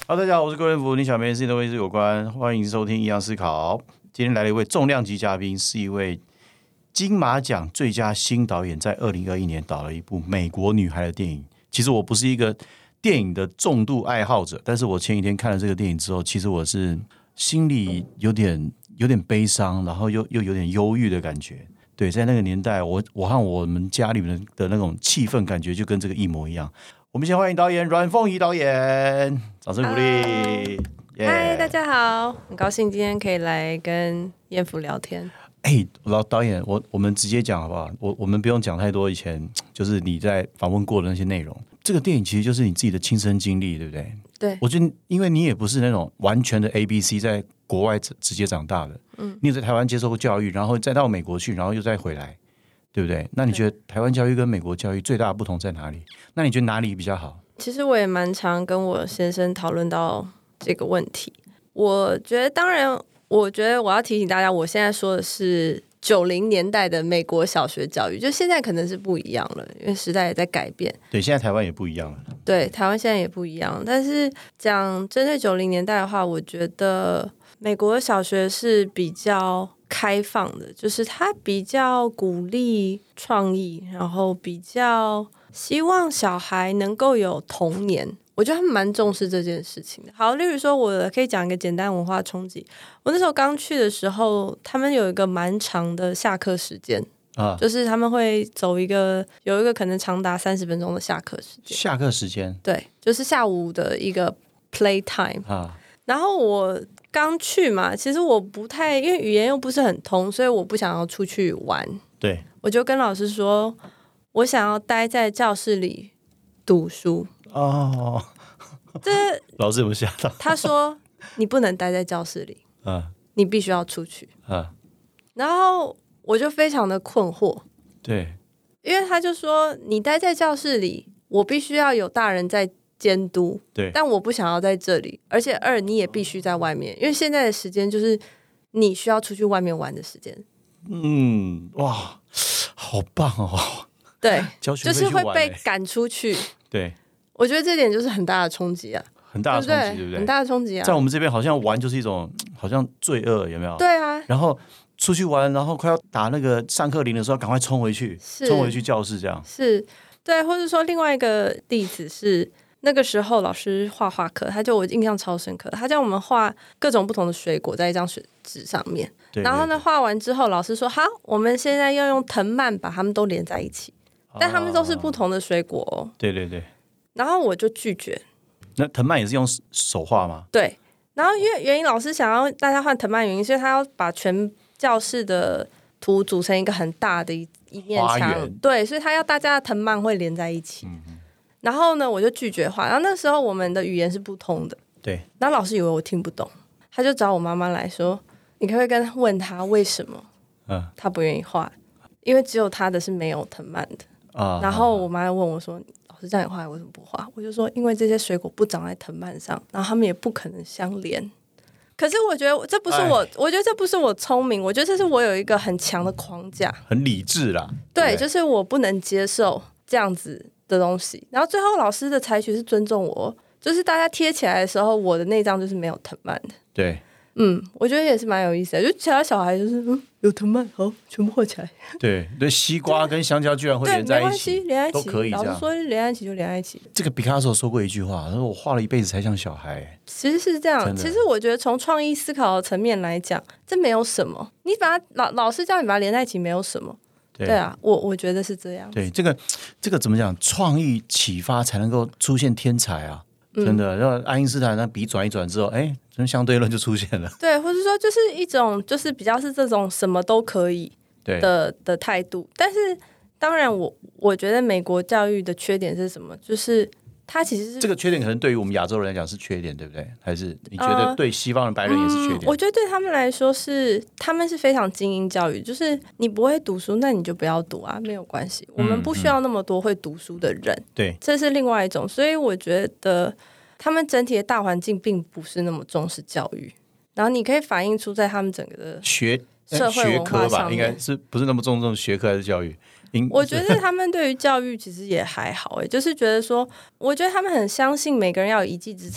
大家好，我是郭元福，你想每件事情都跟事有关，欢迎收听《异样思考》。今天来了一位重量级嘉宾，是一位金马奖最佳新导演，在2021年导了一部美国女孩的电影。其实我不是一个电影的重度爱好者，但是我前几天看了这个电影之后，其实我是心里有点悲伤，然后又有点忧郁的感觉。对，在那个年代，我和我们家里面的那种气氛感觉就跟这个一模一样。我们先欢迎导演阮凤仪导演，掌声鼓励。 嗨，大家好，很高兴今天可以来跟燕福聊天。 老导演，我们直接讲好不好？我们不用讲太多以前就是你在访问过的那些内容。这个电影其实就是你自己的亲身经历，对不对？ 对， 我觉得因为你也不是那种完全的 ABC 在国外直接长大的，你也在台湾接受过教育，然后再到美国去，然后又再回来，对不对？那你觉得台湾教育跟美国教育最大的不同在哪里？那你觉得哪里比较好？ 其实我也蛮常跟我先生讨论到这个问题。我觉得，当然，我觉得我要提醒大家，我现在说的是90年代的美国小学教育，就现在可能是不一样了，因为时代也在改变。 对，现在台湾也不一样了。 对，台湾现在也不一样。但是讲针对90年代的话，我觉得美国的小学是比较开放的，就是它比较鼓励创意，然后比较希望小孩能够有童年。我觉得他们蛮重视这件事情的。好，例如说我可以讲一个简单文化冲击。我那时候刚去的时候，他们有一个蛮长的下课时间，就是他们会有一个可能长达30分钟的下课时间。 下课时间？ 对，就是下午的一个 play time。然后我刚去嘛，其实我不太，因为语言又不是很通，所以我不想要出去玩。 对， 我就跟老师说，我想要待在教室里读书。这老师有没有吓到？ 他说你不能待在教室里，你必须要出去。然后我就非常的困惑。 对， 因为他就说你待在教室里，我必须要有大人在监督， 对， 但我不想要在这里，而且你也必须在外面，因为现在的时间就是你需要出去外面玩的时间。 哇，好棒哦！ 对，就是会被赶出去。 对， 我觉得这点就是很大的冲击啊， 很大的冲击，对不对？ 很大的冲击啊！ 在我们这边好像玩就是一种好像罪恶，有没有？ 对啊。 然后出去玩，然后快要打那个上课铃的时候，赶快冲回去教室，这样是。对，或者说另外一个例子是，那个时候老师画画课，我印象超深刻，他叫我们画各种不同的水果在一张纸上面。 对。 然后呢，画完之后，老师说：“好，我们现在要用藤蔓把它们都连在一起。”但它们都是不同的水果哦。 对对对。 然后我就拒绝。 那藤蔓也是用手画吗？ 对。然后因为原因老师想要大家换藤蔓原因，所以他要把全教室的图组成一个很大的一面墙。对，所以他要大家的藤蔓会连在一起。然后呢，我就拒绝画。然后那时候我们的语言是不通的。 对。 然后老师以为我听不懂，他就找我妈妈来说：“你可不可以问他为什么？他不愿意画，因为只有他的是没有藤蔓的。”然后我妈问我说：“老师叫你画，为什么不画？”我就说：“因为这些水果不长在藤蔓上，然后它们也不可能相连。”可是我觉得这不是我觉得这不是我聪明，我觉得这是我有一个很强的框架， 很理智啦。 对，就是我不能接受这样子的东西。然后最后老师的采取是尊重我，就是大家贴起来的时候，我的那张就是没有藤蔓的。 对。 我觉得也是蛮有意思的，就其他小孩就是有藤蔓，好，全部画起来。 对，西瓜跟香蕉居然会连在一起， 连在一起都可以这样。 老师说连在一起就连在一起。 这个毕卡索说过一句话，他说我画了一辈子才像小孩。 其实是这样，其实我觉得从创意思考的层面来讲，这没有什么。你把它老师叫你把它连在一起，没有什么。对啊，我觉得是这样。 对，这个怎么讲？创意启发才能够出现天才啊！真的，然后爱因斯坦那笔转一转之后，相对论就出现了。 对，或者说就是一种就是比较是这种什么都可以的态度。但是当然我觉得美国教育的缺点是什么？就是它其实是这个缺点可能对于我们亚洲人来讲是缺点，对不对？还是你觉得对西方的白人也是缺点？ 我觉得对他们来说他们是非常精英教育，就是你不会读书，那你就不要读啊，没有关系。我们不需要那么多会读书的人。 对， 这是另外一种。所以我觉得他们整体的大环境并不是那么重视教育，然后你可以反映出在他们整个的社会文化上面， 应该是不是那么重视学科还是教育？ 我觉得他们对于教育其实也还好，就是觉得说，我觉得他们很相信每个人要有一技之长。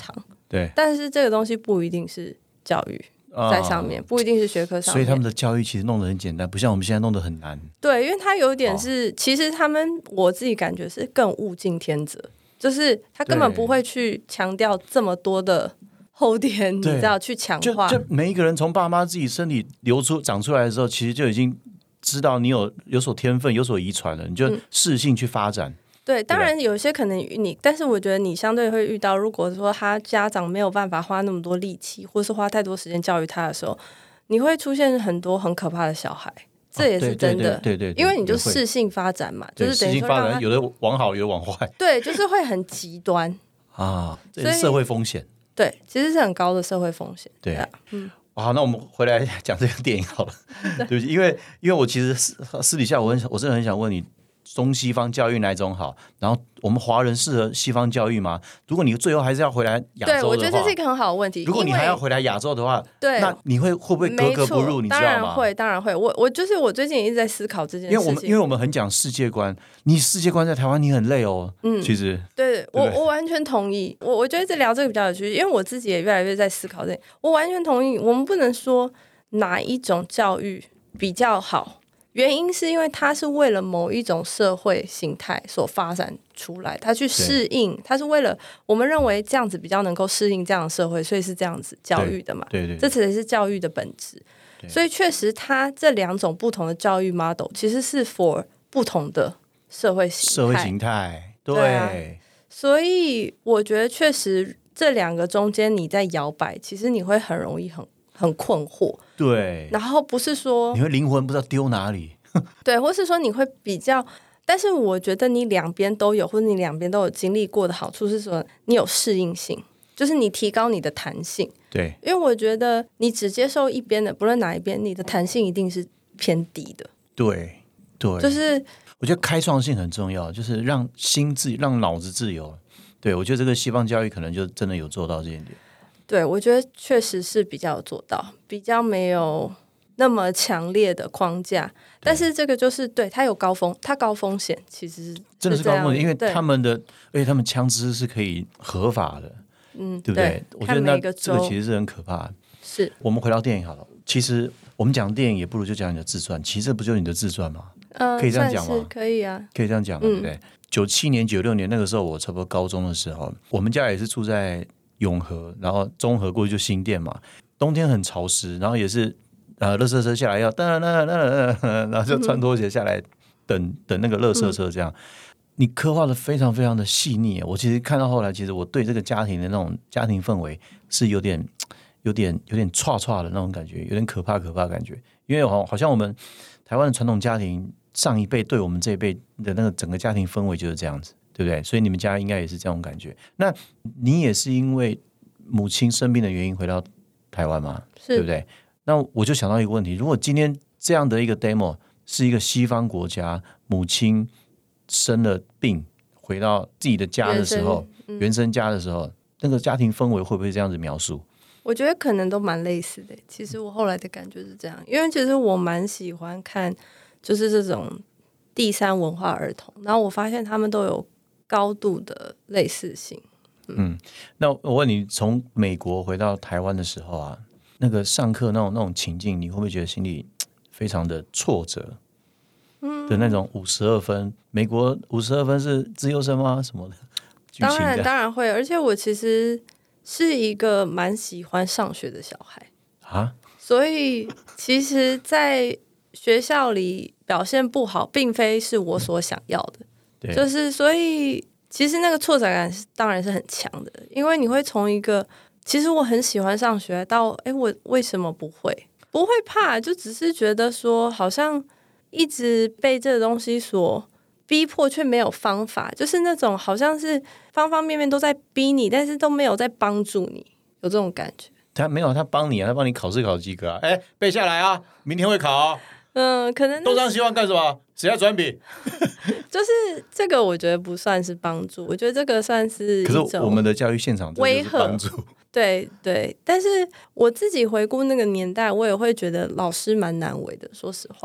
对， 但是这个东西不一定是教育在上面，不一定是学科上面， 所以他们的教育其实弄得很简单，不像我们现在弄得很难。 对，因为他有点是，其实他们我自己感觉是更物竞天择，就是他根本不会去强调这么多的后天，你知道去强化。 就每一个人从爸妈自己身体长出来的时候，其实就已经知道你有所天分、有所遗传了，你就适性去发展。 对，当然有些可能你，但是我觉得你相对会遇到，如果说他家长没有办法花那么多力气，或是花太多时间教育他的时候，你会出现很多很可怕的小孩。这也是真的， 对， 因为你就适性发展嘛，就是等于说让他有的往好，有的往坏， 对，就是会很极端啊，这是社会风险， 对，其实是很高的社会风险， 对，好，那我们回来讲这个电影好了，对不起，因为我其实私底下我真的很想问你。中西方教育哪一种好？然后我们华人适合西方教育吗？如果你最后还是要回来亚洲的话， 对，我觉得这是一个很好的问题。 如果你还要回来亚洲的话， 对， 那你会不会格格不入？你知道吗？ 当然会。我就是我最近也一直在思考这件事情， 因为我们很讲世界观，你世界观在台湾你很累哦。其实对我完全同意。我觉得聊这个比较有趣，因为我自己也越来越在思考这。我完全同意，我们不能说哪一种教育比较好。原因是因为它是为了某一种社会形态所发展出来，它去适应，它是为了我们认为这样子比较能够适应这样的社会，所以是这样子教育的嘛。 对， 这才是教育的本质。所以确实，它这两种不同的教育 model 其实是 for 不同的社会形态。 对， 所以我觉得确实这两个中间你在摇摆，其实你会很容易很困惑。 对， 然后不是说你会灵魂不知道丢哪里， 对，或是说你会比较，但是我觉得你两边都有，或者你两边都有经历过的好处是说，你有适应性，就是你提高你的弹性。 对， 因为我觉得你只接受一边的，不论哪一边，你的弹性一定是偏低的。 对， 就是我觉得开创性很重要，就是让让脑子自由。对，我觉得这个西方教育可能就真的有做到这一点。 对，我觉得确实是比较有做到，比较没有那么强烈的框架，但是这个就是对它有高风险，其实真的是高风险，因为他们而且他们枪支是可以合法的，对不对？我觉得这个其实是很可怕的。 是我们回到电影好了，其实我们讲电影也不如就讲你的自传，其实这不就是你的自传吗？可以这样讲吗？ 可以啊， 可以这样讲嘛，对不对？97年、96年那个时候，我差不多高中的时候，我们家也是住在永和，然后中和过去就新店嘛，冬天很潮湿，然后也是垃圾车下来要然后就穿拖鞋下来等那个垃圾车这样。你刻画的非常非常的细腻，我其实看到后来，其实我对这个家庭的那种家庭氛围是有点歘的那种感觉，有点可怕感觉，因为好像我们台湾的传统家庭上一辈对我们这一辈的那个整个家庭氛围就是这样子。对不对？所以你们家应该也是这种感觉。那你也是因为母亲生病的原因回到台湾吗？对不对？那我就想到一个问题：如果今天这样的一个 demo 是一个西方国家，母亲生了病回到自己的家的时候，原生家的时候，那个家庭氛围会不会这样子描述？ 我觉得可能都蛮类似的。其实我后来的感觉是这样，因为其实我蛮喜欢看就是这种第三文化儿童，然后我发现他们都有高度的类似性。 那我问你，从美国回到台湾的时候啊，那个上课那种情境，你会不会觉得心里非常的挫折？的那种52分，美国52分是资优生吗？什么的？ 当然会，而且我其实是一个蛮喜欢上学的小孩啊，所以其实，在学校里表现不好，并非是我所想要的。就是所以其实那个挫折感当然是很强的，因为你会从一个其实我很喜欢上学到我为什么不会怕，就只是觉得说好像一直被这个东西所逼迫，却没有方法，就是那种好像是方方面面都在逼你，但是都没有在帮助你，有这种感觉。 他没有，他帮你啊，他帮你考试考及格啊，背下来啊，明天会考啊。 可能多张希望干什么？谁要转笔？ 就是这个，我觉得不算是帮助，我觉得这个算是一种可是我们的教育现场威吓帮助。 对，但是我自己回顾那个年代，我也会觉得老师蛮难为的，说实话，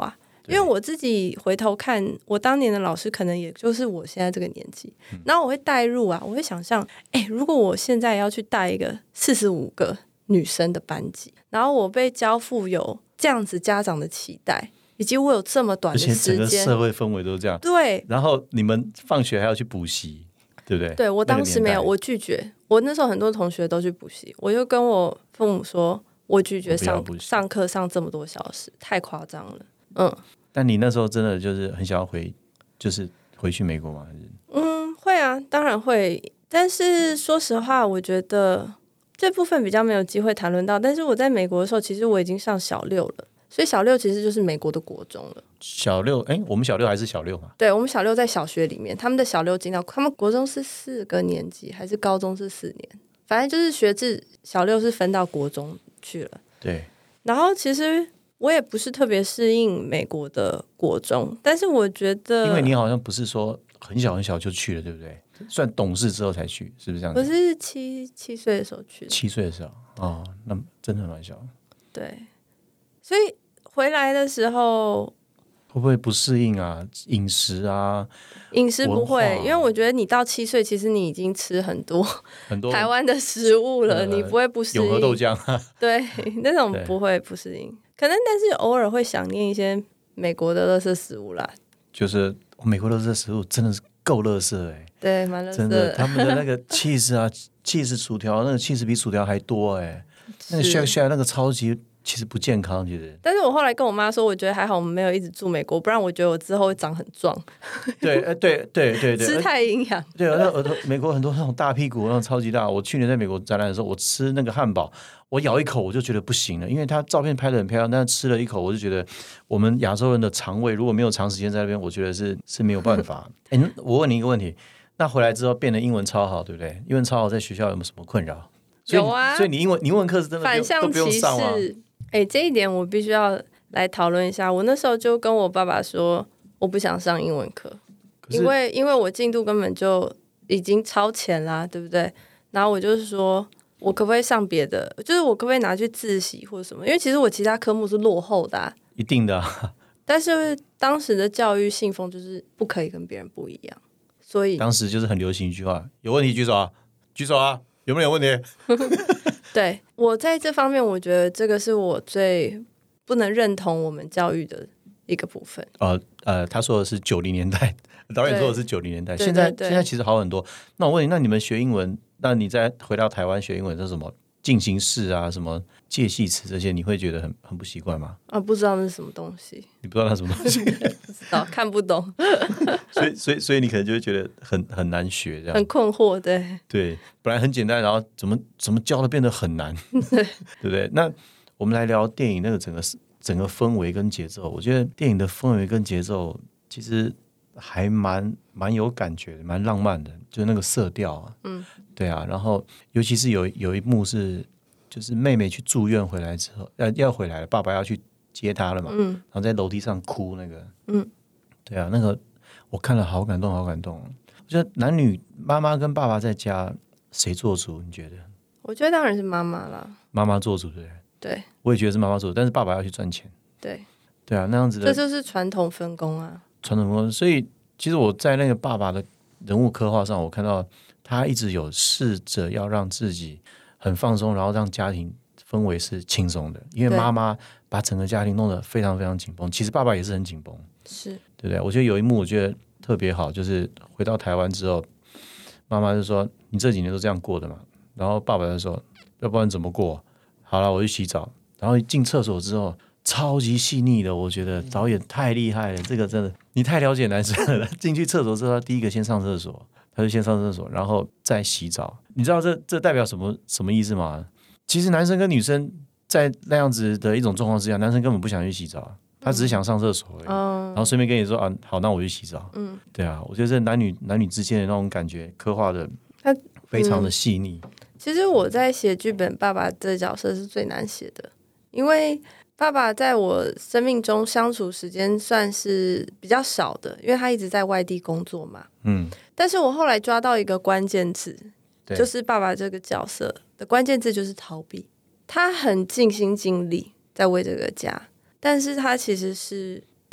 因为我自己回头看，我当年的老师可能也就是我现在这个年纪，然后我会带入啊，我会想象，如果我现在要去带一个45个女生的班级，然后我被交付有这样子家长的期待，以及我有这么短的时间， 而且整个社会氛围都是这样。 对， 然后你们放学还要去补习，对不对？ 对，我当时没有，我拒绝。我那时候很多同学都去补习，我就跟我父母说，我拒绝上课上这么多小时，太夸张了。 但你那时候真的就是很想要就是回去美国吗？ 会啊，当然会。但是说实话，我觉得这部分比较没有机会谈论到。但是我在美国的时候，其实我已经上小6了，所以小6其实就是美国的国中了。 小6，我们小6还是小6嘛？ 对，我们小6在小学里面，他们的小6进到他们国中是4个年级，还是高中是4年？反正就是学制小6是分到国中去了。 对。 然后其实我也不是特别适应美国的国中，但是我觉得， 因为你好像不是说很小很小就去了，对不对？算懂事之后才去，是不是这样子？ 我是七岁的时候去的。 7岁的时候，那真的蛮小。 对，所以回来的时候会不会不适应啊？饮食啊？ 饮食不会，因为我觉得你到7岁，其实你已经吃很多台湾的食物了，你不会不适应。 永和豆浆， 对，那种不会不适应。可能但是偶尔会想念一些美国的垃圾食物啦。 就是美国的垃圾食物真的是够垃圾对，蛮垃圾的。 真的，他们的那个 cheese 啊，cheese 薯条，那个 cheese 比薯条还多那个 shake 那个超级。其实不健康，其实。 但是我后来跟我妈说，我觉得还好，我们没有一直住美国，不然我觉得我之后会长很壮。 对， 吃太营养。 对啊，美国很多那种大屁股，那种超级大。我去年在美国展览的时候，我吃那个汉堡，我咬一口我就觉得不行了，因为它照片拍得很漂亮，但是吃了一口我就觉得，我们亚洲人的肠胃如果没有长时间在那边，我觉得是没有办法。我问你一个问题，那回来之后变得英文超好，对不对？英文超好，在学校有没有什么困扰？ 有啊， 所以你英文课是真的反向歧视。这一点我必须要来讨论一下。我那时候就跟我爸爸说，我不想上英文课，因为我进度根本就已经超前啦，对不对？然后我就是说，我可不可以上别的？就是我可不可以拿去自习或者什么？因为其实我其他科目是落后的一定的但是当时的教育信封就是不可以跟别人不一样，所以当时就是很流行一句话：有问题举手啊，举手啊，有没有问题？ 对，我在这方面，我觉得这个是我最不能认同我们教育的一个部分。 他说的是90年代，导演说的是90年代， 对现在其实好很多。那我问你，那你们学英文，那你再回到台湾学英文，是什么进行式啊，什么介系词这些，你会觉得很不习惯吗？ 不知道那是什么东西。 你不知道那什么东西？ 不知道，看不懂。 所以你可能就会觉得很难学，这样很困惑， 对，本来很简单，然后怎么教的变得很难，对不对？那我们来聊电影那个整个氛围跟节奏。我觉得电影的氛围跟节奏其实还蛮有感觉的，蛮浪漫的，就是那个色调啊，对啊。然后尤其是有一幕是，就是妹妹去住院回来之后，要回来了，爸爸要去接她了嘛，然后在楼梯上哭那个，对啊，那个我看了好感动，好感动。我觉得男女妈妈跟爸爸在家谁做主？你觉得？ 我觉得当然是妈妈啦， 妈妈做主，对不对？ 对， 我也觉得是妈妈做主，但是爸爸要去赚钱。对啊，那样子的， 这就是传统分工啊。 传统分工，所以其实我在那个爸爸的人物刻画上，我看到他一直有试着要让自己很放松，然后让家庭氛围是轻松的，因为妈妈把整个家庭弄得非常非常紧绷，其实爸爸也是很紧绷， 是对不对？我觉得有一幕我觉得特别好，就是回到台湾之后，妈妈就说：“你这几年都这样过的嘛？”然后爸爸就说：“要不然怎么过？好了，我去洗澡。”然后进厕所之后，超级细腻的，我觉得导演太厉害了，这个真的你太了解男生了。进去厕所之后，他第一个先上厕所，他就先上厕所，然后再洗澡。你知道这代表什么意思吗？其实男生跟女生在那样子的一种状况之下，男生根本不想去洗澡，他只是想上厕所而已，然后顺便跟你说啊，好，那我去洗澡。对啊，我觉得这男女之间的那种感觉刻画的非常的细腻。 其实我在写剧本，爸爸这角色是最难写的，因为爸爸在我生命中相处时间算是比较少的，因为他一直在外地工作嘛。但是我后来抓到一个关键字，就是爸爸这个角色的关键字就是逃避。他很尽心尽力在为这个家，但是他其实是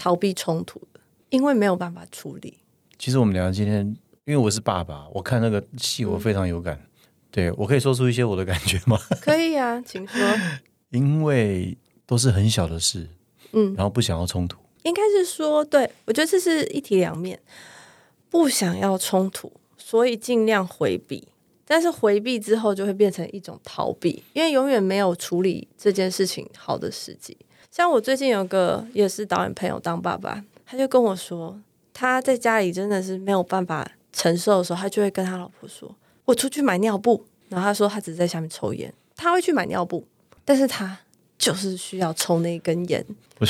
逃避冲突的，因为没有办法处理。 其实我们两个今天，因为我是爸爸，我看那个戏我非常有感。对，我可以说出一些我的感觉吗？ 可以啊，请说。 因为都是很小的事，然后不想要冲突。 应该是说，对，我觉得这是一体两面，不想要冲突，所以尽量回避。但是回避之后就会变成一种逃避，因为永远没有处理这件事情好的时机。像我最近有个也是导演朋友当爸爸，他就跟我说，他在家里真的是没有办法承受的时候，他就会跟他老婆说，我出去买尿布。然后他说他只是在下面抽烟，他会去买尿布，但是他就是需要抽那一根烟。我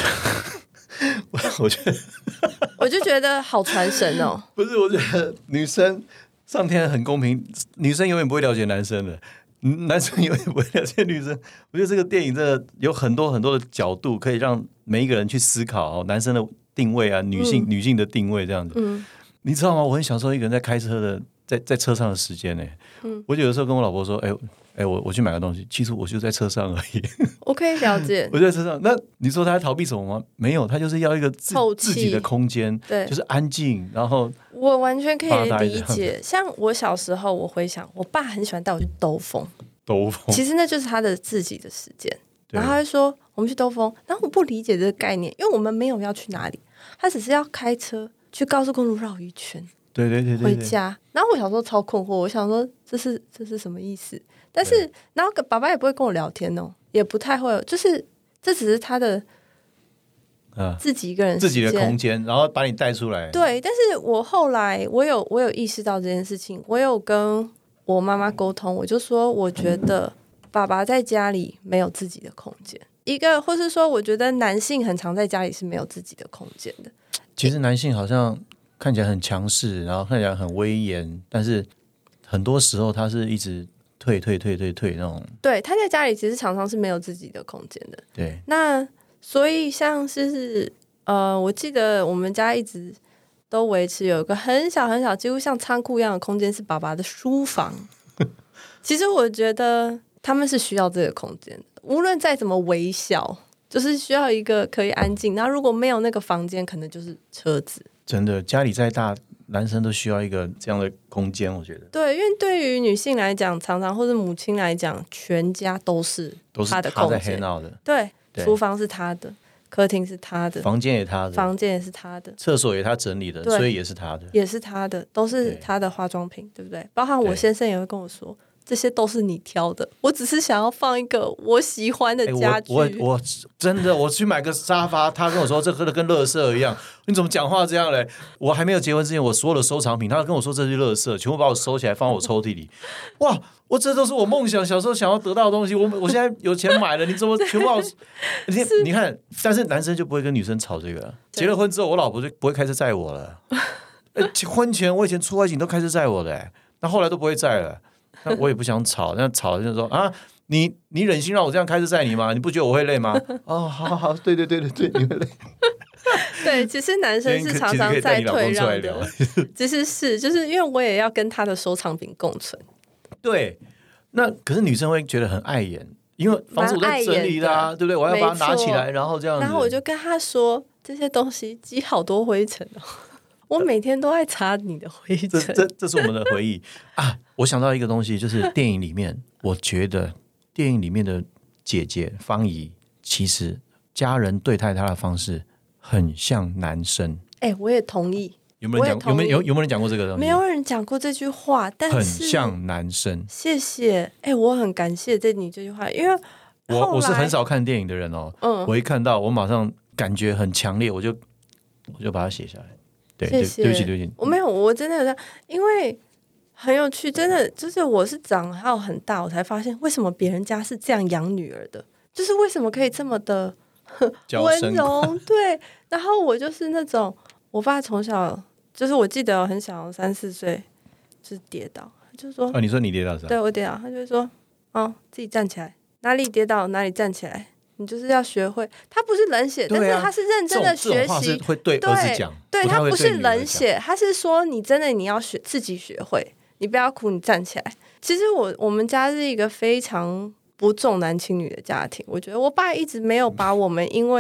就觉得好传神哦。 不是，我觉得女生上天很公平，女生永远不会了解男生的，男生永远不会了解女生。我觉得这个电影真的有很多很多的角度，可以让每一个人去思考男生的定位啊，女性的定位这样子。你知道吗？我很享受一个人在开车的在车上的时间呢。我有的时候跟我老婆说，我去买个东西，其实我就在车上而已。 我可以了解， 我就在车上。那你说他在逃避什么吗？没有，他就是要一个自己的空间， 对， 就是安静。然后我完全可以理解。像我小时候，我回想，我爸很喜欢带我去兜风，其实那就是他的自己的时间。然后他会说我们去兜风，然后我不理解这个概念，因为我们没有要去哪里，他只是要开车去高速公路绕一圈。 对， 回家。然后我小时候超困惑，我想说这是什么意思？但是然后爸爸也不会跟我聊天哦，也不太会，就是这只是他的自己一个人自己的空间，然后把你带出来。 对，但是我后来我有意识到这件事情，我有跟我妈妈沟通，我就说我觉得爸爸在家里没有自己的空间，或是说我觉得男性很常在家里是没有自己的空间的。 其实男性好像看起来很强势，然后看起来很威严，但是很多时候他是一直退那种。 对，他在家里其实常常是没有自己的空间的。 对， 那所以像是我记得我们家一直都维持有一个很小很小，几乎像仓库一样的空间，是爸爸的书房。其实我觉得他们是需要这个空间的，无论再怎么微小，就是需要一个可以安静。然后如果没有那个房间，可能就是车子。真的，家里再大，男生都需要一个这样的空间，我觉得。 对，因为对于女性来讲，常常或者母亲来讲，全家都是她的空间。 他在 hang out 的。 对，厨房是她的，客厅是她的， 房间也他的， 房间也是她的， 厕所也他整理的，所以也是他的， 也是她的，都是她的化妆品，对不对？包含我先生也会跟我说，这些都是你挑的，我只是想要放一个我喜欢的家具。 我真的，我去买个沙发，他跟我说这跟垃圾一样，你怎么讲话这样嘞？我还没有结婚之前，我所有的收藏品，他跟我说这是垃圾，全部把我收起来放我抽屉里。哇，这都是我梦想，小时候想要得到的东西，我现在有钱买了，你怎么全部把我？你看，但是男生就不会跟女生吵这个。结了婚之后，我老婆就不会开车载我了。婚前我以前出外景都开车载我的，那后来都不会载了。那我也不想吵，那吵就说啊，你忍心让我这样开车载你吗？你不觉得我会累吗？哦，好，对，你会累。 对，其实男生是常常在退让的，其实是就是因为我也要跟他的收藏品共存。 对，那可是女生会觉得很碍眼，因为房子我在整理的啊，对不对？我要把它拿起来，然后这样子。 然后我就跟他说，这些东西积好多灰尘哦。我每天都在擦你的灰尘， 这是我们的回忆啊！我想到一个东西，就是电影里面，我觉得电影里面的姐姐方怡，其实家人对待她的方式很像男生。 我也同意。 有没有人讲过这个东西？ 没有人讲过这句话，但是很像男生。 谢谢，我很感谢你这句话，因为我是很少看电影的人哦。我一看到，我马上感觉很强烈，我就把它写下来。 谢谢， 对不起， 我没有，我真的有这样，因为很有趣，真的就是我是长到很大，我才发现为什么别人家是这样养女儿的，就是为什么可以这么的温柔，对。然后我就是那种，我爸从小就是我记得很小3、4岁就是跌倒，就说你说你跌倒是吧？ 对，我跌倒，他就会说自己站起来，哪里跌倒哪里站起来。你就是要学会，他不是冷血，但是他是认真的学习。这种话是会对儿子讲， 对他不是冷血，他是说你真的你要自己学会，你不要哭，你站起来。其实我们家是一个非常不重男轻女的家庭，我觉得我爸一直没有把我们因为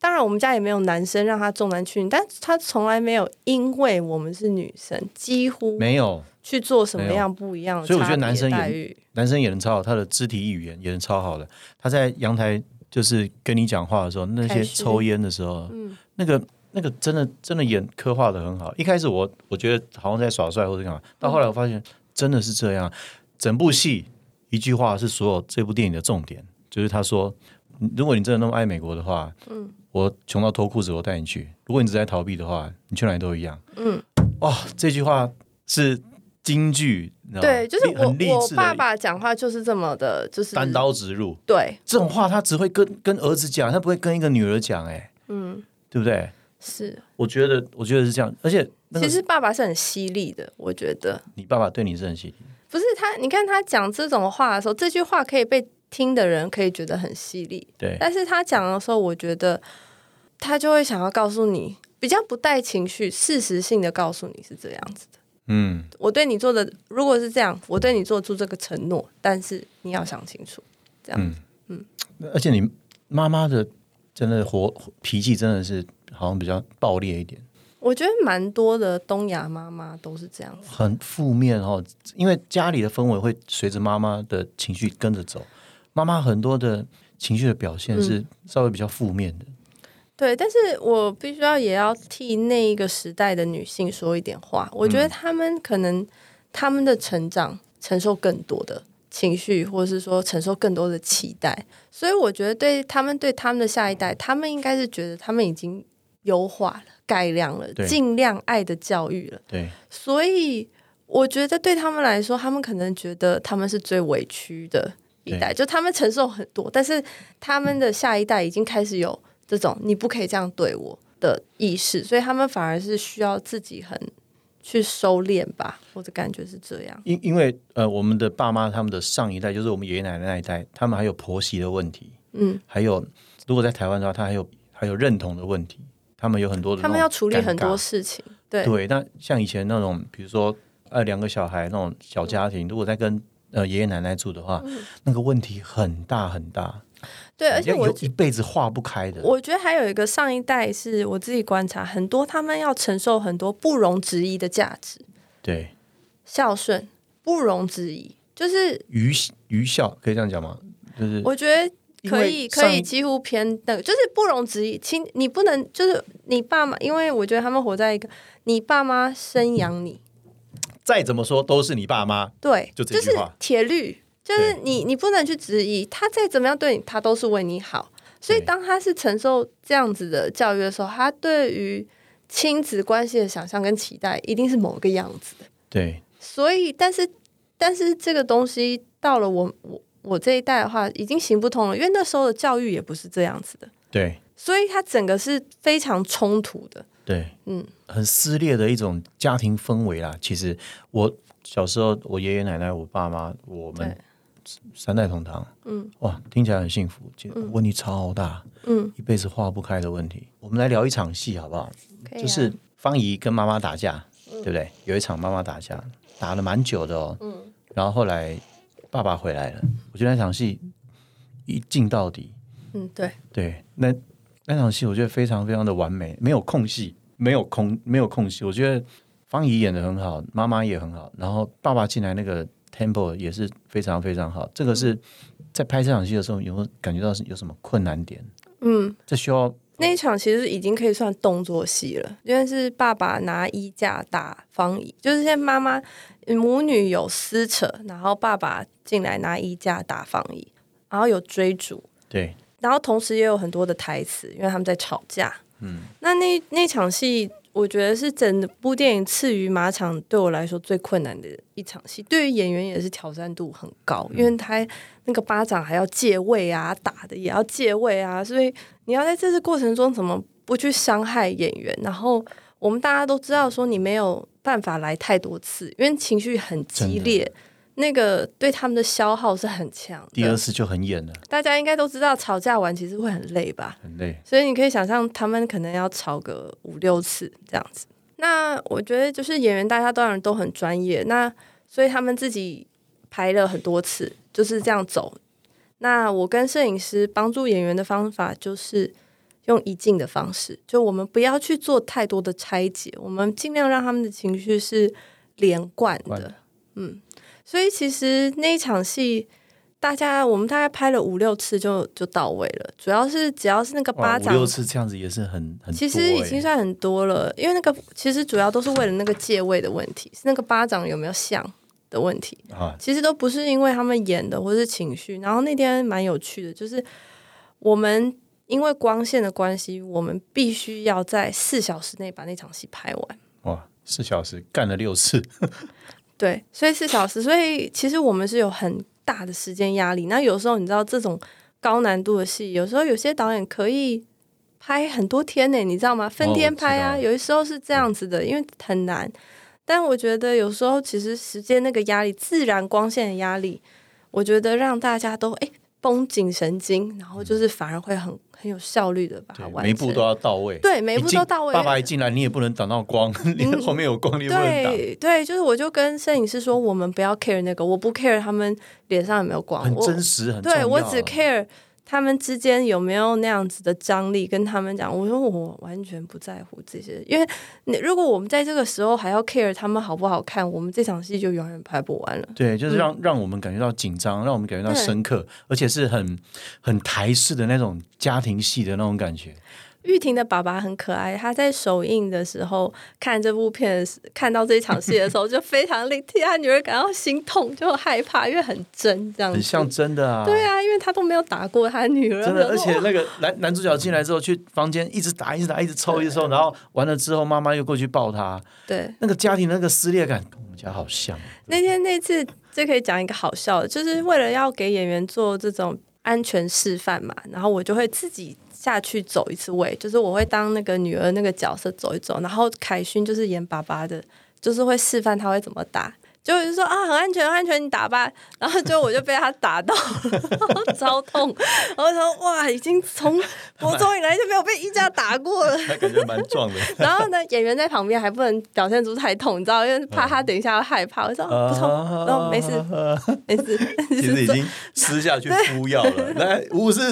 当然我们家也没有男生让他重男轻女，但他从来没有因为我们是女生几乎没有去做什么样不一样的所以我觉得男生也能超好，他的肢体语言也能超好的。他在阳台就是跟你讲话的时候，那些抽烟的时候，那个真的演刻画的很好。一开始我觉得好像在耍帅或者干嘛，到后来我发现真的是这样。整部戏一句话是所有这部电影的重点，就是他说，如果你真的那么爱美国的话，我穷到脱裤子我带你去。如果你只在逃避的话，你去哪里都一样。哇，这句话是金句， 对，就是我爸爸讲话就是这么的，就是单刀直入。 对， 这种话他只会跟儿子讲，他不会跟一个女儿讲，对不对？ 是， 我觉得是这样，而且、 其实爸爸是很犀利的，我觉得你爸爸对你是很犀利， 不是他，你看他讲这种话的时候，这句话可以被听的人可以觉得很犀利， 对， 但是他讲的时候，我觉得他就会想要告诉你，比较不带情绪，事实性的告诉你是这样子的。我对你做的如果是这样，我对你做出这个承诺，但是你要想清楚，这样子。 而且你妈妈的真的脾气真的是好像比较暴烈一点。 我觉得蛮多的东亚妈妈都是这样子， 很负面哦，因为家里的氛围会随着妈妈的情绪跟着走。妈妈很多的情绪的表现是稍微比较负面的。 对，但是我必须也要替那一个时代的女性说一点话。我觉得她们可能她们的成长承受更多的情绪，或者是说承受更多的期待，所以我觉得对他们的下一代，他们应该是觉得他们已经优化了、改良了，尽量爱的教育了。 对， 所以我觉得对他们来说，他们可能觉得他们是最委屈的一代，就他们承受很多，但是他们的下一代已经开始有这种你不可以这样对我的意识，所以他们反而是需要自己很去收敛吧，我的感觉是这样。 因为我们的爸妈他们的上一代，就是我们爷爷奶奶那一代，他们还有婆媳的问题，还有如果在台湾的话，他还有认同的问题，他们有很多的， 他们要处理很多事情。对， 那像以前那种，比如说2个小孩那种小家庭，如果在跟爷爷奶奶住的话，那个问题很大很大。 对，而且我一辈子化不开的。 我觉得还有一个上一代是我自己观察，很多他们要承受很多不容置疑的价值。 对， 孝顺不容置疑，就是愚孝可以这样讲吗？就是我觉得可以几乎偏那个，就是不容置疑。你不能就是你爸妈，因为我觉得他们活在一个你爸妈生养你， 再怎么说都是你爸妈。 对， 就这句话， 就是铁律。就是你不能去质疑他再怎么样对你，他都是为你好。所以当他是承受这样子的教育的时候，他对于亲子关系的想象跟期待一定是某个样子的。 对， 所以但是这个东西到了我这一代的话，已经行不通了，因为那时候的教育也不是这样子的。 对， 所以它整个是非常冲突的。 对，很撕裂的一种家庭氛围啦。其实我小时候，我爷爷奶奶、我爸妈，我们3代同堂，哇，听起来很幸福，问题超大，一辈子化不开的问题。我们来聊一场戏好不好？就是芳宜跟妈妈打架，对不对？有一场妈妈打架，打了蛮久的哦，然后后来爸爸回来了，我觉得那场戏一镜到底，对，那场戏我觉得非常非常的完美，没有空隙，没有空隙。我觉得芳宜演得很好，妈妈也很好，然后爸爸进来那个 tempo 也是非常非常好。这个是在拍这场戏的时候，有没有感觉到有什么困难点？这需要那一场其实已经可以算动作戏了，因为是爸爸拿衣架打芳宜，就是现在妈妈母女有撕扯，然后爸爸进来拿衣架打芳宜，然后有追逐， 对， 然后同时也有很多的台词，因为他们在吵架。那场戏我觉得是整部电影次于马场对我来说最困难的一场戏，对于演员也是挑战度很高，因为他那个巴掌还要借位啊，打的也要借位啊，所以你要在这次过程中怎么不去伤害演员。然后我们大家都知道说你没有办法来太多次，因为情绪很激烈，那个对他们的消耗是很强的。 第2次就很演了， 大家应该都知道吵架完其实会很累吧， 很累， 所以你可以想象他们可能要吵个5-6次这样子。那我觉得就是演员大家当然都很专业，那所以他们自己排了很多次就是这样走。那我跟摄影师帮助演员的方法就是用一静的方式，就我们不要去做太多的拆解，我们尽量让他们的情绪是连贯的。所以其实那一场戏我们大概拍了5-6次就到位了，只要是那个巴掌 5-6次这样子也是很多其实已经算很多了，因为那个其实主要都是为了那个借位的问题，是那个巴掌有没有像的问题其实都不是因为他们演的或是情绪。然后那天蛮有趣的，就是我们因为光线的关系，我们必须要在4小时内把那场戏拍完。 哇，4小时干了6次对，所以4小时，所以其实我们是有很大的时间压力。那有时候你知道这种高难度的戏，有时候有些导演可以拍很多天呢，你知道吗？分天拍啊，有的时候是这样子的，因为很难。但我觉得有时候其实时间那个压力，自然光线的压力，我觉得让大家都绷紧神经，然后就是反而会很有效率的把它完成， 每一步都要到位。 对，每一步都到位。 爸爸一进来，你也不能挡到光，后面有光你也不能挡。 对，就是我就跟摄影师说，我们不要 care 那个，我不 care 他们脸上有没有光， 很真实，很重要。 对，我只 care他们之间有没有那样子的张力，跟他们讲，我说我完全不在乎这些，因为如果我们在这个时候还要 care 他们好不好看，我们这场戏就永远拍不完了。 对，就是让我们感觉到紧张，让我们感觉到深刻，而且是很台式的那种家庭戏的那种感觉。 玉婷的爸爸很可爱，他在首映的时候看这部片，看到这一场戏的时候，就非常替他女儿感到心痛，就害怕，因为很真，这样子很像真的啊。 对啊，因为他都没有打过他女儿， 真的。而且那个男主角进来之后，去房间一直打，一直抽，然后完了之后，妈妈又过去抱他。 对， 那个家庭那个撕裂感，跟我们家好像。 那次，这可以讲一个好笑的，就是为了要给演员做这种安全示范嘛，然后我就会自己下去走一次位，就是我会当那个女儿那个角色走一走，然后凯勋就是演爸爸的，就是会示范他会怎么打，就说啊很安全很安全，你打吧，然后我就被他打到超痛，然后说哇已经从国中以来就没有被一家打过了， 他感觉蛮壮的。 然后呢演员在旁边还不能表现出太痛，你知道，因为怕他等一下会害怕，我说不痛，然后没事没事， 其实已经撕下去敷药了。来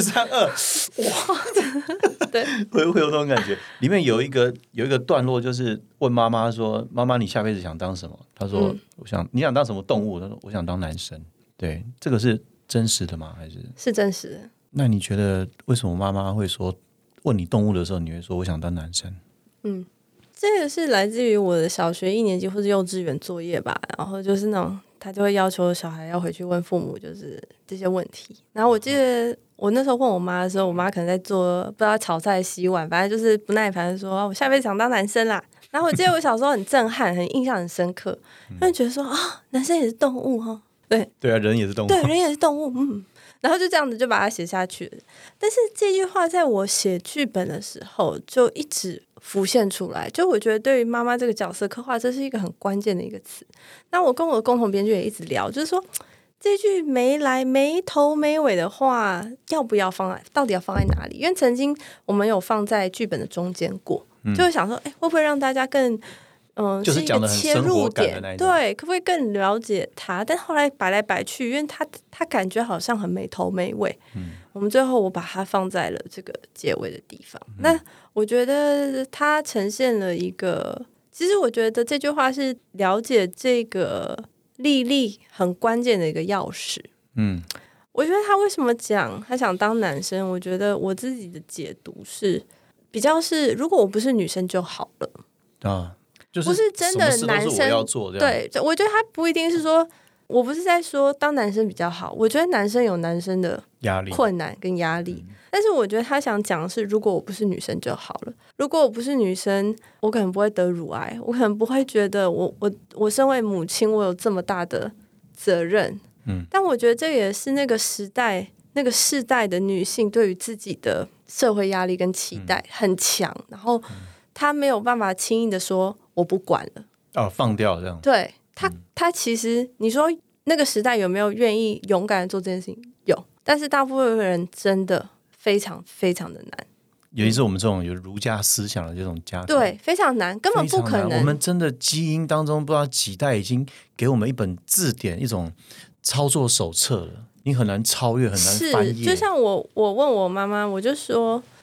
5、4、3、2，哇，对，会有这种感觉。里面有一个段落，就是问妈妈说：“妈妈，你下辈子想当什么？”她说：“你想当什么动物？”她说：“我想当男生。”对，这个是真实的吗？还是真实的？ 那你觉得为什么妈妈会说问你动物的时候，你会说我想当男生？ 这个是来自于我的小学1年级或是幼稚园作业吧，然后就是那种他就会要求小孩要回去问父母就是这些问题。然后我记得我那时候问我妈的时候，我妈可能在做不知道炒菜洗碗，反正就是不耐烦说我下辈子想当男生啦。然后我记得我小时候很震撼，很印象很深刻，因为觉得说啊，男生也是动物哈。 对啊，人也是动物， 对，人也是动物，然后就这样子就把它写下去了。但是这句话在我写剧本的时候就一直浮现出来，就我觉得对于妈妈这个角色刻画，这是一个很关键的一个词。那我跟我的共同编剧也一直聊，就是说这句没头没尾的话，要不要放在，到底要放在哪里？因为曾经我们有放在剧本的中间过，就会想说，会不会让大家更就是讲得很生活感的那一种， 对，可不可以更了解他？但后来摆来摆去，因为他感觉好像很没头没尾，我们最后我把它放在了这个结尾的地方。那我觉得它呈现了一个，其实我觉得这句话是了解这个莉莉很关键的一个钥匙。我觉得他为什么讲他想当男生，我觉得我自己的解读是比较是，如果我不是女生就好了啊。就是不是真的男生要做这样， 对，我觉得他不一定是说，我不是在说当男生比较好，我觉得男生有男生的压力、 困难跟压力，但是我觉得他想讲的是，如果我不是女生就好了。如果我不是女生，我可能不会得乳癌，我可能不会觉得我身为母亲，我有这么大的责任。但我觉得这也是那个时代、那个世代的女性对于自己的社会压力跟期待很强，然后她没有办法轻易的说。我不管了放掉这样。 对他其实你说那个时代有没有愿意勇敢的做这件事情？有，但是大部分人真的非常非常的难， 尤其是我们这种有儒家思想的这种家庭， 对，非常难，根本不可能。 我们真的基因当中不知道几代已经给我们一本字典，一种操作手册了，你很难超越，很难翻页。 就像我问我妈妈，我就说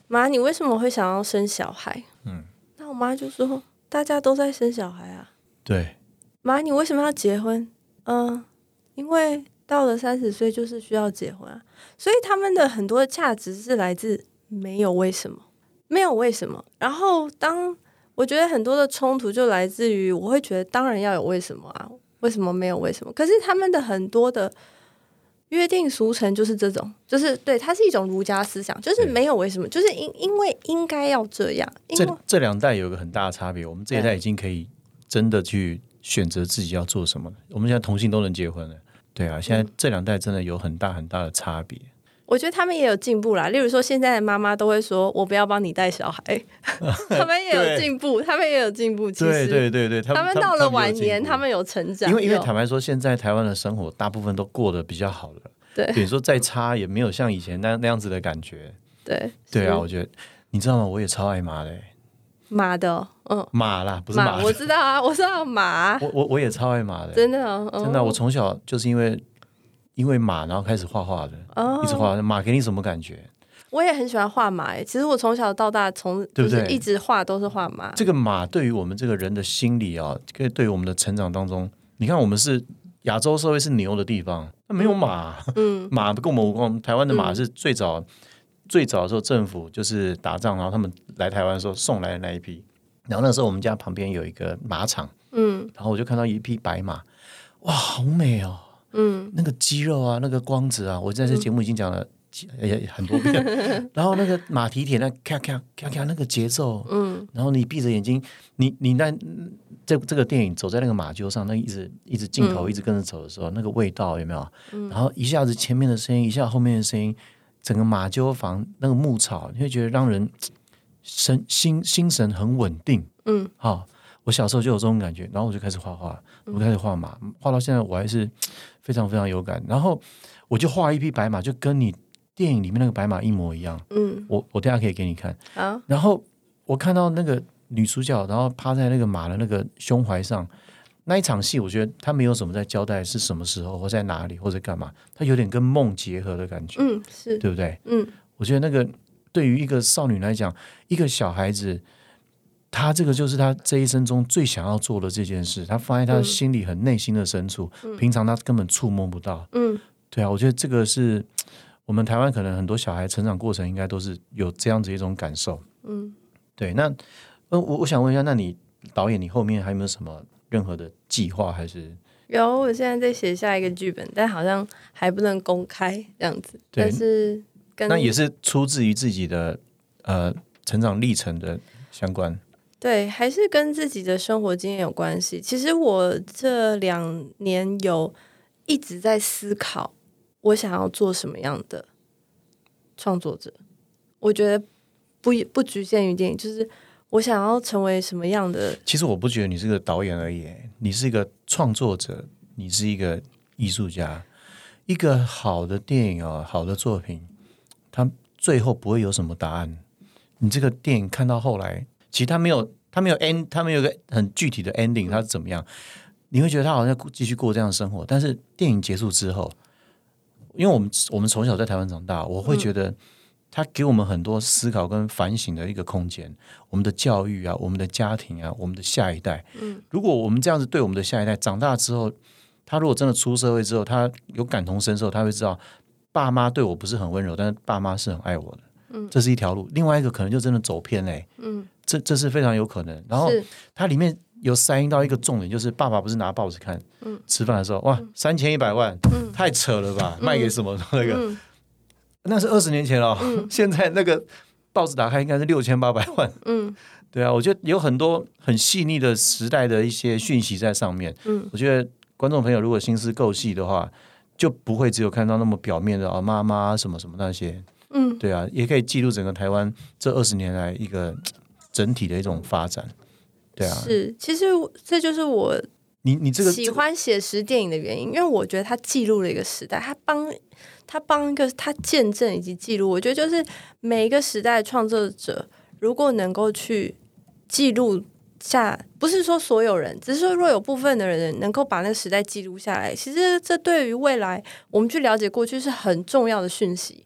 妈，你为什么会想要生小孩？那我妈就说大家都在生小孩啊。 对， 妈，你为什么要结婚？因为到了30岁就是需要结婚啊。所以他们的很多的价值是来自没有为什么，没有为什么。然后我觉得很多的冲突就来自于我会觉得当然要有为什么啊，为什么没有为什么？可是他们的很多的约定俗成就是这种，就是对，它是一种儒家思想，就是没有为什么，就是因为应该要这样。 这两代有一个很大的差别，我们这一代已经可以真的去选择自己要做什么了。我们现在同性都能结婚了，对啊，现在这两代真的有很大很大的差别。 我觉得他们也有进步啦，例如说现在的妈妈都会说我不要帮你带小孩他们也有进步他们也有进步。其实对， 他们到了晚年他们有成长， 因为坦白说现在台湾的生活大部分都过得比较好了， 对， 比如说再差也没有像以前那样子的感觉。 对啊，我觉得你知道吗，我也超爱马的。 马的马啦，不是马， 我知道啊，我知道马， 我也超爱马的， 真的真的，我从小就是因为马，然后开始画画的，一直画。马给你什么感觉？ 我也很喜欢画马其实我从小到大就是一直画都是画马。 这个马对于我们这个人的心理啊，对于我们的成长当中，你看我们是亚洲社会是牛的地方，那没有马，马跟我们无关。台湾的马是最早的时候政府就是打仗，然后他们来台湾的时候送来的那一批。然后那时候我们家旁边有一个马场，然后我就看到一匹白马，哇，好美哦。那个肌肉啊，那个光泽啊，我在这节目已经讲了很多遍。然后那个马蹄铁，那咔咔咔咔那个节奏，然后你闭着眼睛，你那这个电影走在那个马厩上，那一直镜头一直跟着走的时候，那个味道有没有？然后一下子前面的声音，一下后面的声音，整个马厩房那个牧草，你会觉得让人心神很稳定。好。我小时候就有这种感觉，然后我就开始画画，我开始画马，画到现在我还是非常非常有感。然后我就画一匹白马，就跟你电影里面那个白马一模一样。我等一下可以给你看。然后我看到那个女主角，然后趴在那个马的那个胸怀上，那一场戏，我觉得她没有什么在交代是什么时候或在哪里或者干嘛，她有点跟梦结合的感觉， 是对不对？我觉得那个对于一个少女来讲，一个小孩子。他这个就是他这一生中最想要做的这件事，他放在他心里很内心的深处，平常他根本触摸不到。对啊，我觉得这个是我们台湾可能很多小孩成长过程应该都是有这样子一种感受。对，那我想问一下，那你导演你后面还有没有什么任何的计划？还是有，我现在在写下一个剧本，但好像还不能公开这样子。但是那也是出自于自己的成长历程的相关。 对，还是跟自己的生活经验有关系。其实我这2年有一直在思考，我想要做什么样的创作者。我觉得不局限于电影，就是我想要成为什么样的。 其实我不觉得你是个导演而已，你是一个创作者，你是一个艺术家。一个好的电影好的作品，它最后不会有什么答案。你这个电影看到后来。其实他没有一个很具体的 ending， 他是怎么样？你会觉得他好像继续过这样的生活，但是电影结束之后，因为我们从小在台湾长大，我会觉得他给我们很多思考跟反省的一个空间。我们的教育啊，我们的家庭啊，我们的下一代，如果我们这样子对我们的下一代，长大之后，他如果真的出社会之后，他有感同身受，他会知道爸妈对我不是很温柔，但是爸妈是很爱我的。这是一条路，另外一个可能就真的走偏这是非常有可能。然后它里面有塞进到一个重点，就是爸爸不是拿报纸看，吃饭的时候，哇，3100万，太扯了吧，卖给什么那个？那是20年前了，现在那个报纸打开应该是6800万。对啊，我觉得有很多很细腻的时代的一些讯息在上面。我觉得观众朋友如果心思够细的话，就不会只有看到那么表面的妈妈什么什么那些。对啊，也可以记录整个台湾这20年来一个整体的一种发展。对啊， 是，其实这就是我你这个喜欢写实电影的原因，因为我觉得它记录了一个时代，它见证以及记录。我觉得就是每一个时代的创作者，如果能够去记录下，不是说所有人，只是说若有部分的人能够把那个时代记录下来，其实这对于未来我们去了解过去是很重要的讯息。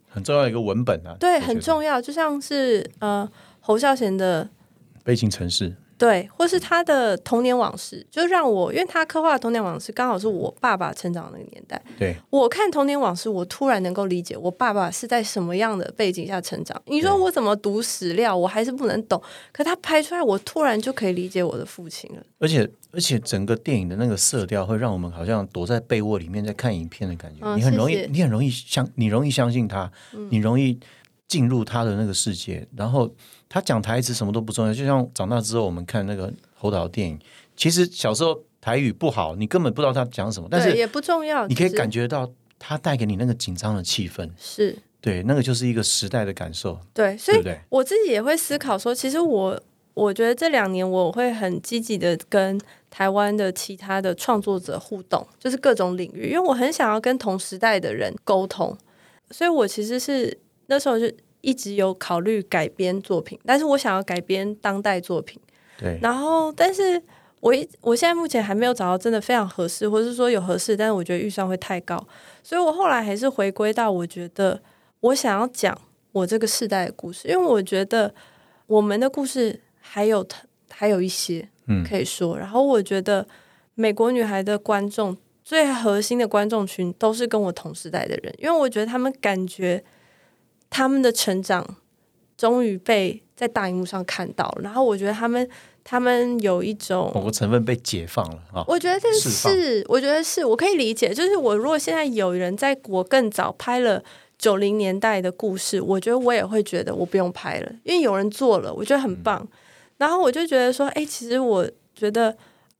很重要的一个文本啊。 对，很重要，就像是侯孝贤的悲情城市， 对，或是他的童年往事，就让我，因为他刻画的童年往事刚好是我爸爸成长的那个年代。 对， 我看童年往事，我突然能够理解我爸爸是在什么样的背景下成长。你说我怎么读史料，我还是不能懂。可他拍出来，我突然就可以理解我的父亲了。 而且整个电影的那个色调会让我们好像躲在被窝里面在看影片的感觉。你很容易相信他，你容易进入他的那个世界，然后他讲台词什么都不重要，就像长大之后我们看那个侯导的电影，其实小时候台语不好，你根本不知道他讲什么，但是也不重要， 你可以感觉到他带给你那个紧张的气氛， 是对，那个就是一个时代的感受。 对，所以我自己也会思考说，其实我觉得这2年我会很积极的跟台湾的其他的创作者互动，就是各种领域，因为我很想要跟同时代的人沟通，所以我其实是那时候就一直有考虑改编作品，但是我想要改编当代作品。 对， 然后但是我现在目前还没有找到真的非常合适，或是说有合适，但是我觉得预算会太高，所以我后来还是回归到我觉得我想要讲我这个世代的故事，因为我觉得我们的故事还有一些可以说，然后我觉得美国女孩的观众最核心的观众群都是跟我同时代的人，因为我觉得他们感觉他们的成长终于被在大荧幕上看到了，然后我觉得他们有一种某个成分被解放了啊！ 我觉得是，我可以理解。就是我如果现在有人在我更早拍了90年代的故事，我觉得我也会觉得我不用拍了，因为有人做了，我觉得很棒。然后我就觉得说，其实我觉得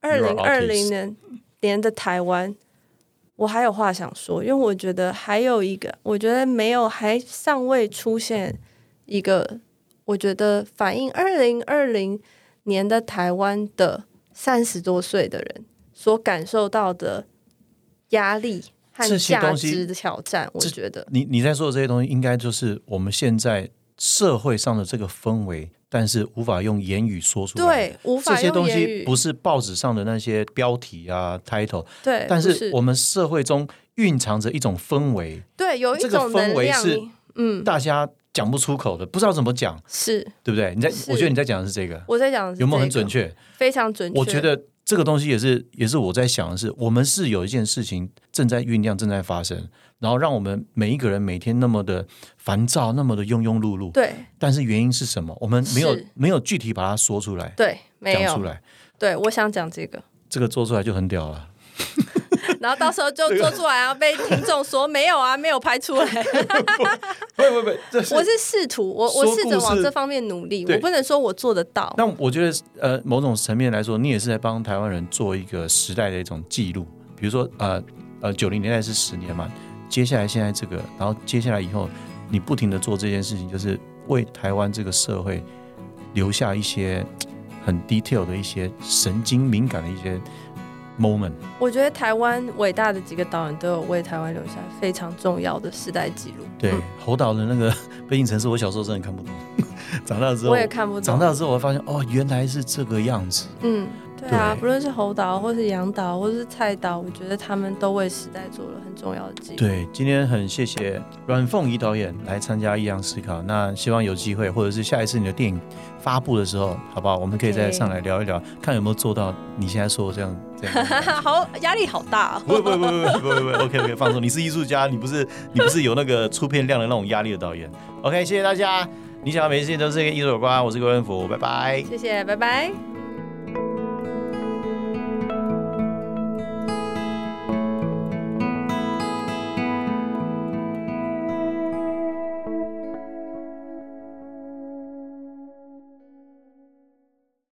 2020年的台湾，我还有话想说，因为我觉得还有一个，我觉得还尚未出现一个，我觉得反映2020年的台湾的30多岁的人所感受到的压力和价值的挑战，我觉得你在说的这些东西，应该就是我们现在社会上的这个氛围，但是无法用言语说出来。 对，无法用言语。 这些东西不是报纸上的那些标题啊 title， 对， 但是我们社会中蕴藏着一种氛围， 对，有一种氛围是大家讲不出口的，不知道怎么讲， 是对不对？我觉得你在讲的是这个， 我在讲的是有没有很准确？ 非常准确。 我觉得这个东西也是我在想的是，我们是有一件事情正在酝酿，正在发生，然后让我们每一个人每天那么的烦躁，那么的庸庸碌碌。 对， 但是原因是什么？我们没有具体把它说出来， 对，没有讲出来。对， 我想讲这个做出来就很屌了。 然后到时候就做出来，然后被听众说没有啊，没有拍出来。 不， 我是试图，我试着往这方面努力，我不能说我做得到。 但我觉得某种层面来说，你也是在帮台湾人做一个时代的一种记录。比如说90年代是10年嘛，接下来现在这个，然后接下来以后，你不停的做这件事情，就是为台湾这个社会留下一些很 detail 的一些神经敏感的一些moment。 我觉得台湾伟大的几个导演都有为台湾留下非常重要的时代记录。 对，侯导的那个《背景城市》，我小时候真的看不懂，长大之后我也看不懂。 长大之后我发现，原来是这个样子。 对啊，不论是侯导，或是杨导，或是蔡导，我觉得他们都为时代做了很重要的记录。 对，今天很谢谢阮凤仪导演来参加《异样思考》，那希望有机会，或者是下一次你的电影发布的时候，好不好？我们可以再上来聊一聊，看有没有做到你现在说的这样。 好，压力好大哦。 不 OK， 放松。你是艺术家，你不是有那个出片量的那种压力的导演。OK， 谢谢大家。你想要每件事情都是跟艺术有关，我是郭文福，拜拜。 谢谢，拜拜。